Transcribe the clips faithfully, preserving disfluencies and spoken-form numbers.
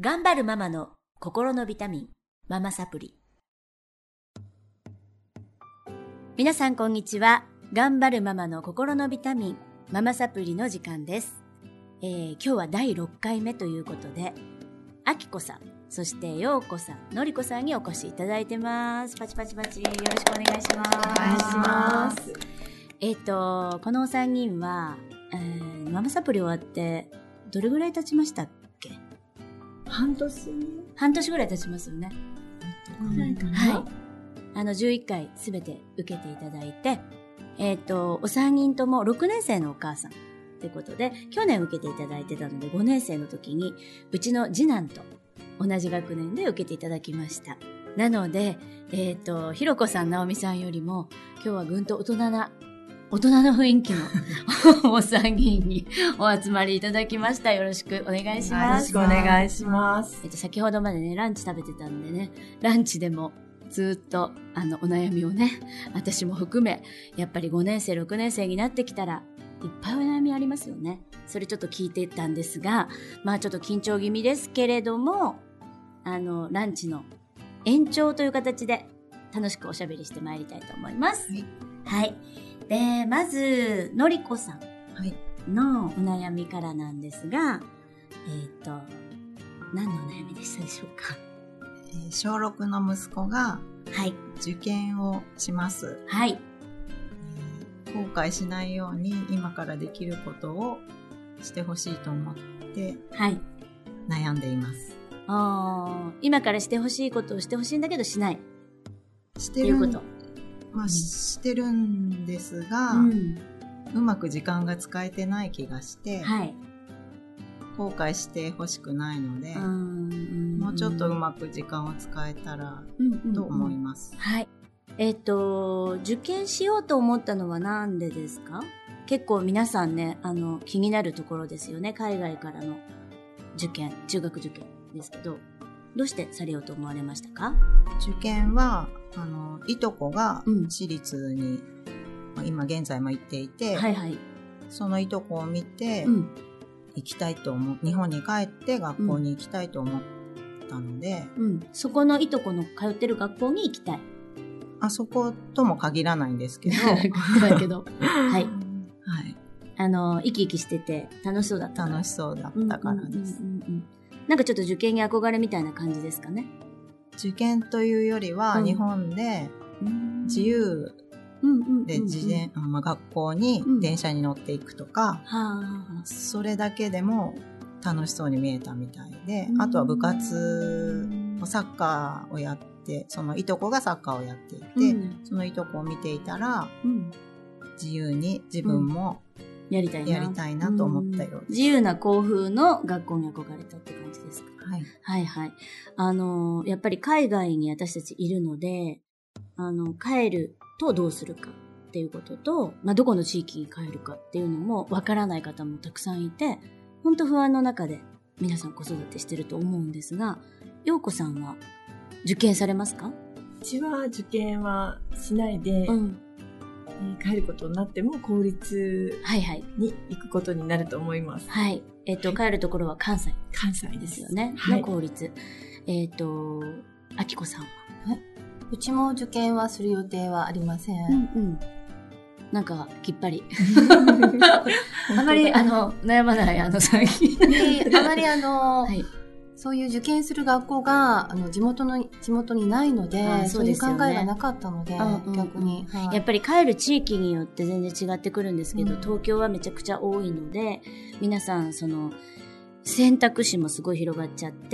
頑張るママの心のビタミン、ママサプリ。皆さんこんにちは。頑張るママの心のビタミン、ママサプリの時間です。えー、今日はだいろっかいめということで、あきこさん、そしてようこさん、のりこさんにお越しいただいてます。パチパチパチ、よろしくお願いします。 お願いします。 えっと、このおさんにんは、えー、ママサプリ終わってどれぐらい経ちましたっけ？ 半年半年ぐらい経ちますよね。 ぐらいかな。 はい。あの、じゅういっかいすべて受けていただいて、えっと、おさんにんともろくねん生のお母さんということで、去年受けていただいてたので、ごねん生の時に、うちの次男と同じ学年で受けていただきました。なので、えっと、ひろこさん、なおみさんよりも、今日はぐんと大人な、大人の雰囲気のおさんにんにお集まりいただきました。よろしくお願いします。 よろしくお願いします。 えっと、先ほどまでね、ランチ食べてたんでね、ランチでもずっと、あの、お悩みをね、私も含め、やっぱりごねん生、ろくねん生になってきたら、いっぱいお悩みありますよね。それちょっと聞いてたんですが、まあちょっと緊張気味ですけれども、あの、ランチの延長という形で楽しくおしゃべりしてまいりたいと思います。 はい。 はい。で、まず、のりこさんはい。 のお悩みからなんですが、えっと、何のお悩みでしたでしょうか？ えー、小ろくの息子がはい。 受験をします。 はい。 えー後悔しないように今からできることをしてほしいと思ってはい。 悩んでいます。 あー、今からしてほしいことをしてほしいんだけどしない。 してるんっていうこと。 まあ、 うんしてるんですが、 う。 うんまく時間が使えてない気がして、 はい。 後悔してほしくないので、 んもうちょっとうまく時間を使えたらと思います。 はい。えっと、受験しようと思ったのはなんでですか？結構皆さんね、あの、気になるところですよね。海外からの受験、中学受験ですけど、どうしてされようと思われましたか？ 受験は、あの、いとこがうん私立に、まあ今現在も行っていて、 はいはい。 そのいとこを見て、 うん。 行きたいと思う、日本に帰って学校に行きたいと思ったので、 うん。そこのいとこの通ってる学校に行きたい。 あそことも限らないんですけど、 だけど。はい。 はい。 あの、生き生きしてて楽しそうだったから。 楽しそうだったからです。 うんうんうんうんなんかちょっと受験に憧れみたいな感じですかね。 受験というよりは、 うん日本で自由で事前、まあ、学校に電車に乗っていくとか、 はあはあ、 それだけでも楽しそうに見えたみたいで、 うんあとは部活、サッカーをやって、そのいとこがサッカーをやっていて、 うんそのいとこを見ていたら、 うん自由に自分もやりたいな。 やりたいなと思ったようです。 自由な校風の学校に憧れたって感じですか？ はい。 はいはい。あの、やっぱり海外に私たちいるので、あの、帰るとどうするかっていうことと、まあ、どこの地域に帰るかっていうのもわからない方もたくさんいて、本当不安の中で皆さん子育てしてると思うんですが、ようこさんは受験されますか？ うちは受験はしないで、 うん。 えー帰ることになっても公立はいはい。 に行くことになると思います。 はい。えっと、帰るところは関西関西でですすよね。 はいの公立。えっと、あきこさんは。 うちも受験はする予定はありません。 うんうん。なんか、きっぱり。あまり、あの、悩まない、あの、最近。 であまりあの、 はい。 そういう受験する学校があの地元の地元にないので、 あそいそううですよねう考えがなかったので、 うんうんうん逆に、はいやっぱり帰る地域によって全然違ってくるんですけど、 うん東京はめちゃくちゃ多いので、皆さん、その、選択肢もすごい広がっちゃって、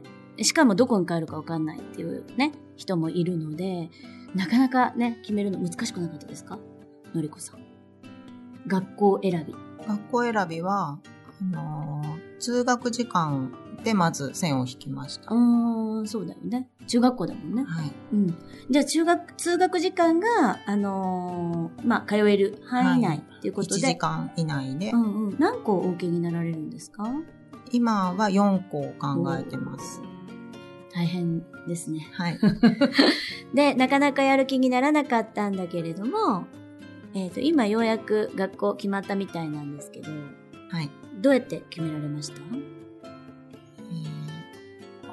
しかもどこに帰るかわかんないっていうね、人もいるので、なかなかね、決めるの難しくなかったですか？のりこさん。学校選び。 学校選びは、あのー通学時間でまず線を引きました。 うーん、そうだよね。中学校だもんね。 はい。 うん。じゃあ、中学、通学時間が、あのーまあ、通える範囲内っていうこといちで。 じかん以内で、 うんうん。何校お受けになられるんですか？ 今はよん校考えてます。 大変ですね。 はい。 で、なかなかやる気にならなかったんだけれども、えっと、今ようやく学校決まったみたいなんですけど、 はい。 どうやって決められました？ えー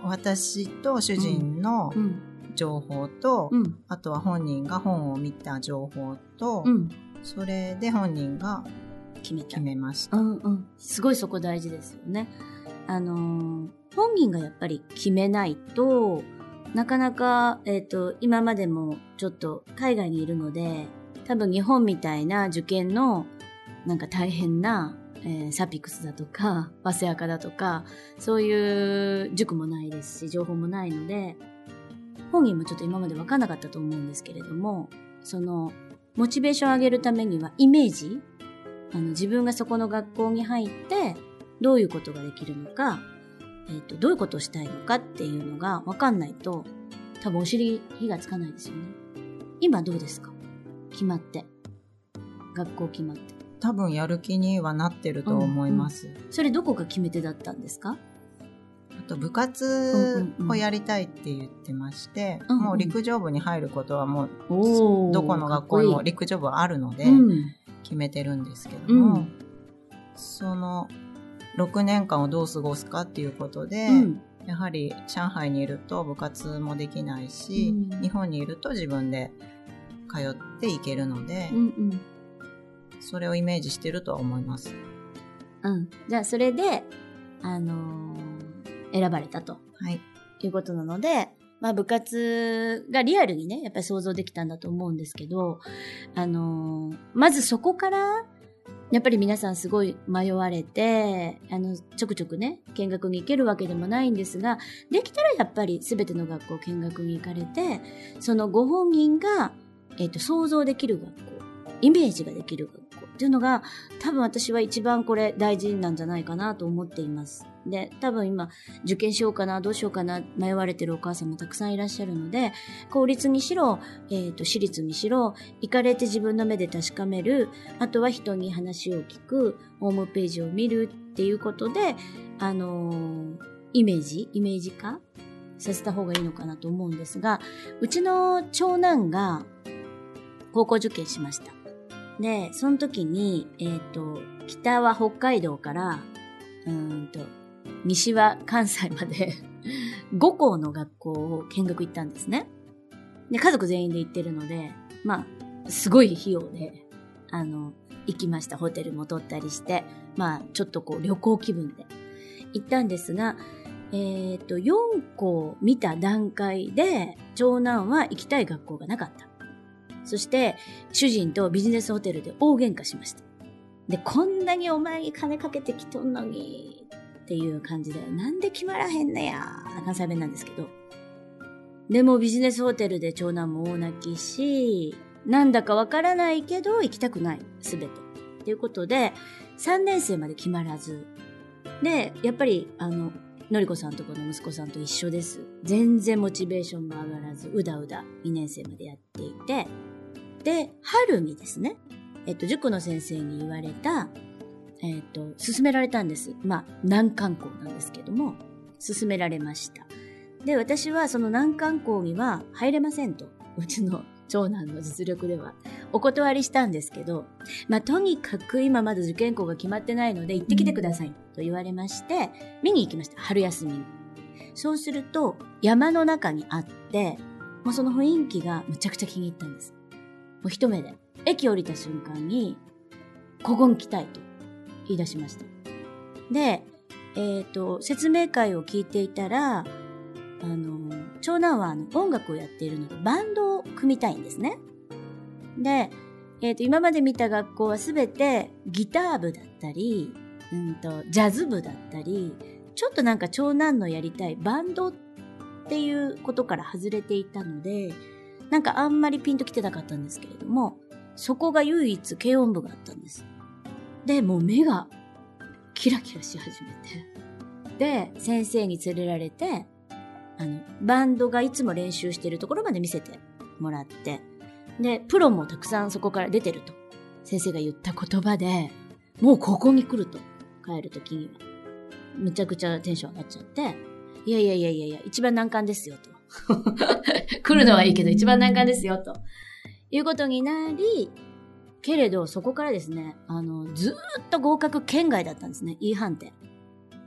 私と主人の情報と、うん、あとは本人が本を見た情報と、うん、それで本人が決めた。決めました。 うんうん。すごいそこ大事ですよね。あのー、本人がやっぱり決めないと、なかなか、えっと、今までもちょっと海外にいるので、多分日本みたいな受験のなんか大変な、えー、サピクスだとか、早稲赤だとか、そういう塾もないですし、情報もないので、本人もちょっと今まで分かんなかったと思うんですけれども、その、モチベーションを上げるためにはイメージ、あの、自分がそこの学校に入って、どういうことができるのか、えっと、どういうことをしたいのかっていうのが分かんないと、多分お尻火がつかないですよね。今どうですか？決まって。学校決まって。 多分やる気にはなってると思います。 うんうん、それどこが決め手だったんですか？ あと部活をやりたいって言ってまして、うんうんうん、もう陸上部に入ることはもう、どこの学校にも陸上部はあるので、決めてるんですけども、うん、その、ろくねんかんをどう過ごすかっていうことで、うん、やはり上海にいると部活もできないし、うん、日本にいると自分で通っていけるので、うんうん、それをイメージしてるとは思います。 うん。じゃあそれで、あのー、選ばれたと。 はい。 いうことなので、まあ部活がリアルにね、やっぱり想像できたんだと思うんですけど、あのー、まずそこから、やっぱり皆さんすごい迷われて、あの、ちょくちょくね、見学に行けるわけでもないんですが、できたらやっぱり全ての学校見学に行かれて、そのご本人が、えっと、想像できる学校、イメージができる学校っていうのが、多分私は一番これ大事なんじゃないかなと思っています。で、多分今、受験しようかな、どうしようかな、迷われてるお母さんもたくさんいらっしゃるので、公立にしろ、えっと、私立にしろ、行かれて自分の目で確かめる、あとは人に話を聞く、ホームページを見るっていうことで、あのー、イメージ、イメージ化させた方がいいのかなと思うんですが、うちの長男が高校受験しました。で、その時に、えっと、北は北海道から、うーんと、西は関西までご校の学校を見学行ったんですね。で、家族全員で行ってるので、まあ、すごい費用で、あの、行きました。ホテルも取ったりして、まあ、ちょっとこう旅行気分で行ったんですが、えっと、よん校見た段階で、長男は行きたい学校がなかった。そして、主人とビジネスホテルで大喧嘩しました。で、こんなにお前に金かけてきとんのに、っていう感じで、なんで決まらへんねや、関西弁なんですけど。でもビジネスホテルで長男も大泣きし、なんだかわからないけど行きたくない、すべて。ということで、さんねん生まで決まらず。で、やっぱり、あの、のりこさんとこの息子さんと一緒です。全然モチベーションも上がらず、うだうだにねん生までやっていて、で、春にですね、えっと、塾の先生に言われた、えっと、勧められたんです。まあ、難関校なんですけども、勧められました。で、私はその難関校には入れませんと、うちの長男の実力ではお断りしたんですけど、まあ、とにかく今まだ受験校が決まってないので行ってきてくださいと言われまして、見に行きました。春休みに。そうすると、山の中にあって、もうその雰囲気がむちゃくちゃ気に入ったんです。もう一目で。駅降りた瞬間に、ここに来たいと言い出しました。で、えっと、説明会を聞いていたら、あの、長男はあの音楽をやっているので、バンドを組みたいんですね。で、えっと、今まで見た学校はすべてギター部だったり、うんと、ジャズ部だったり、ちょっとなんか長男のやりたいバンドっていうことから外れていたので、なんかあんまりピンときてなかったんですけれども、そこが唯一軽音部があったんです。で、もう目がキラキラし始めて。で、先生に連れられて、あの、バンドがいつも練習しているところまで見せてもらって、で、プロもたくさんそこから出てると。先生が言った言葉で、もうここに来ると。帰るときには。むちゃくちゃテンション上がっちゃって、いやいやいやいやいや、一番難関ですよと。来るのはいいけど一番難関ですよと。いうことになり、けれどそこからですね、あの、ずーっと合格圏外だったんですね。E 判定。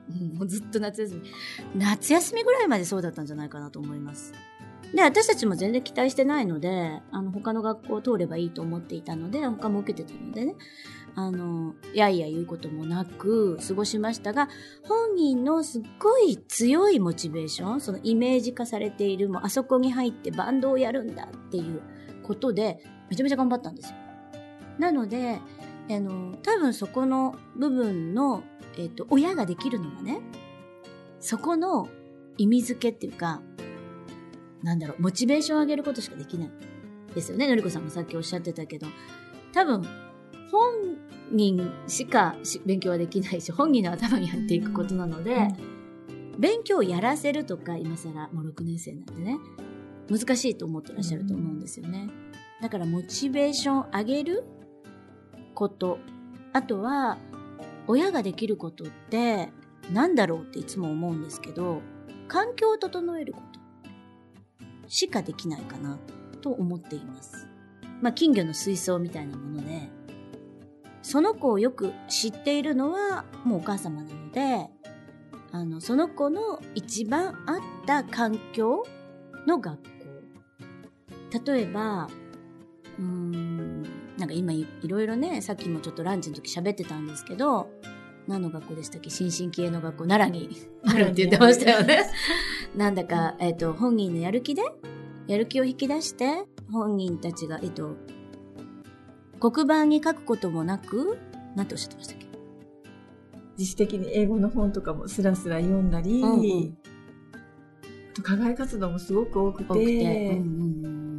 うん、もうずっと夏休み。夏休みぐらいまでそうだったんじゃないかなと思います。で、私たちも全然期待してないので、あの、他の学校を通ればいいと思っていたので、他も受けてたのでね、あの、いやいや言うこともなく過ごしましたが、本人のすっごい強いモチベーション、そのイメージ化されている、もうあそこに入ってバンドをやるんだっていうことで、めちゃめちゃ頑張ったんですよ。なので、あの、多分そこの部分の、えっと、親ができるのはね、そこの意味付けっていうか、なんだろう、モチベーションを上げることしかできないですよね。のりこさんもさっきおっしゃってたけど、多分、本人しか勉強はできないし、本人の頭に入っていくことなので、うん、勉強をやらせるとか、今更もうろくねん生なんでね、難しいと思ってらっしゃると思うんですよね。だから、モチベーションを上げること、あとは、親ができることって、なんだろうっていつも思うんですけど、環境を整えることしかできないかなと思っています。まあ、金魚の水槽みたいなもので、その子をよく知っているのはもうお母様なので、あの、その子の一番合った環境の学校。例えば、うーん、なんか今い, いろいろね、さっきもちょっとランチの時喋ってたんですけど、何の学校でしたっけ？新進気鋭の学校、奈良にあるって言ってましたよね。なんだか、えっと、本人のやる気で、やる気を引き出して、本人たちが、えっと、黒板に書くこともなく、なんておっしゃってましたっけ？ 自主的に英語の本とかもスラスラ読んだり、うんうん、あと課外活動もすごく多くて、多くて、うんうんうん、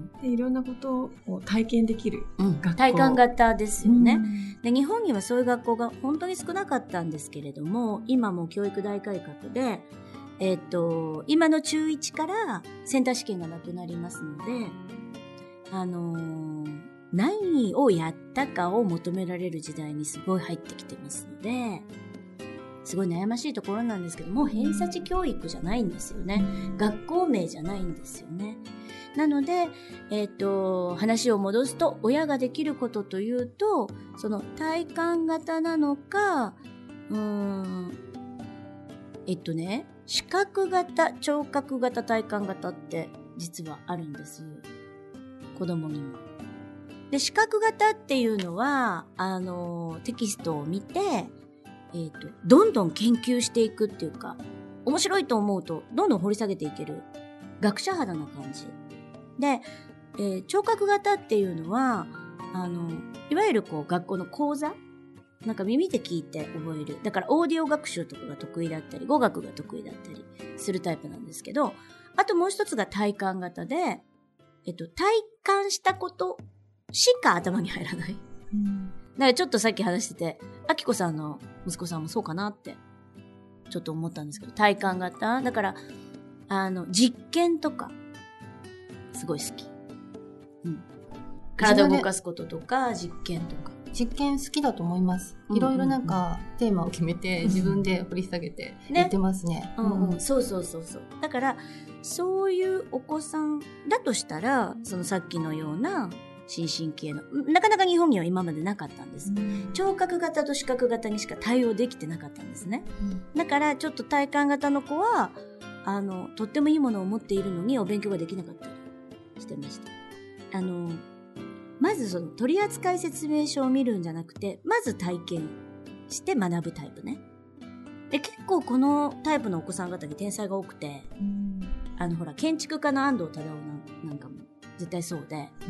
でいろんなことを体験できる学校、うん、 体感型ですよね、うん、で日本にはそういう学校が本当に少なかったんですけれども、今も教育大改革で、えっと、今の中いちからセンター試験がなくなりますので、あのー、何をやったかを求められる時代にすごい入ってきてますので、すごい悩ましいところなんですけども、偏差値教育じゃないんですよね。学校名じゃないんですよね。なので、えっと、話を戻すと、親ができることというと、その体感型なのか、うーん、えっとね、視覚型、聴覚型、体感型って実はあるんです。子供にも。で、視覚型っていうのは、あの、テキストを見て、えっと、どんどん研究していくっていうか、面白いと思うと、どんどん掘り下げていける学者肌な感じ。で、えー、聴覚型っていうのは、あの、いわゆるこう、学校の講座なんか耳で聞いて覚える。だからオーディオ学習とかが得意だったり、語学が得意だったりするタイプなんですけど、あともう一つが体感型で、えっと、体感したことしか頭に入らない。うん、だからちょっとさっき話してて、あきこさんの息子さんもそうかなって、ちょっと思ったんですけど、体感型だから、あの、実験とか、すごい好き。うん。体を動かすこととか、実験とか。 実験好きだと思います。いろいろなんか、テーマを決めて、自分で掘り下げて、やってますね。 ねうんうん、そうそうそうそう。だから、そういうお子さんだとしたら、そのさっきのような、新進気鋭の、なかなか日本には今までなかったんです。うん、聴覚型と視覚型にしか対応できてなかったんですね。うん、だから、ちょっと体感型の子は、あの、とってもいいものを持っているのに、お勉強ができなかったりしてました。あの、まずその取扱説明書を見るんじゃなくて、まず体験して学ぶタイプね。で、結構このタイプのお子さん方に天才が多くて、うん、あのほら、建築家の安藤忠雄なんかも絶対そうで、うん、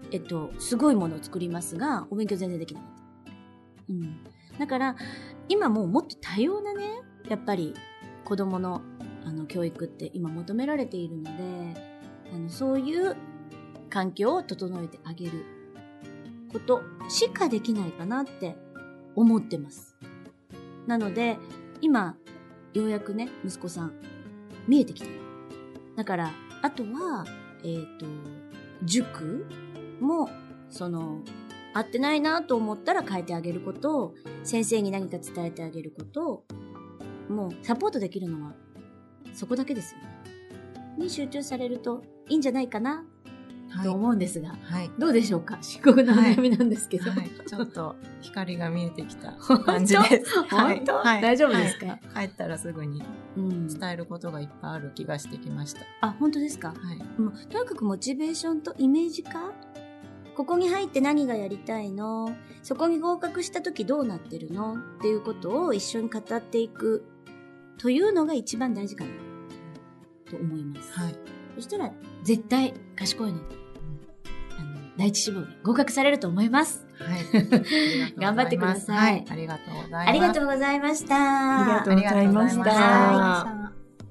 えっと、すごいものを作りますが、お勉強全然できなかった。うん。だから、今もうもっと多様なね、やっぱり子供のあの教育って今求められているので、あのそういう環境を整えてあげることしかできないかなって思ってます。なので、今、ようやくね、息子さん、見えてきた。だから、あとは、えっと、塾も、その、合ってないなと思ったら変えてあげることを、先生に何か伝えてあげることを、もうサポートできるのは、そこだけですよね。に集中されるといいんじゃないかなっと思うんですが、 はい、 どうでしょうか。深刻なお悩みなんですけど、 はいはい、ちょっと光が見えてきた感じです。 本当、はい、大丈夫ですか、はい、 帰ったらすぐに伝えることがいっぱいある気がしてきました。 うん、あ、本当ですか。 はい、 もうとにかくモチベーションとイメージ化、ここに入って何がやりたいの、そこに合格した時どうなってるのっていうことを一緒に語っていくというのが一番大事かなと思います。 はい、 そしたら絶対賢いの、うん、あの第一志望に合格されると思います。 はい、 頑張ってください。はい、 ありがとうございます。 ありがとうございました。 ありがとうございました。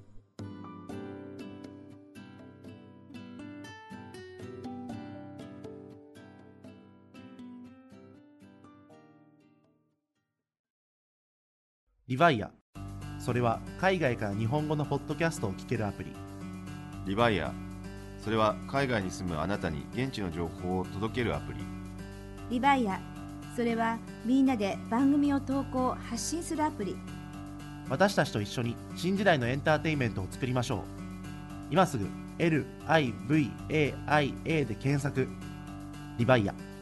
リヴァイア、それは海外から日本語のポッドキャストを聞けるアプリ。 リヴァイア、それは海外に住むあなたに現地の情報を届けるアプリ。 リヴァイア、それはみんなで番組を投稿発信するアプリ。 私たちと一緒に新時代のエンターテインメントを作りましょう。今すぐ エルアイブイエーアイエー で検索。リヴァイア。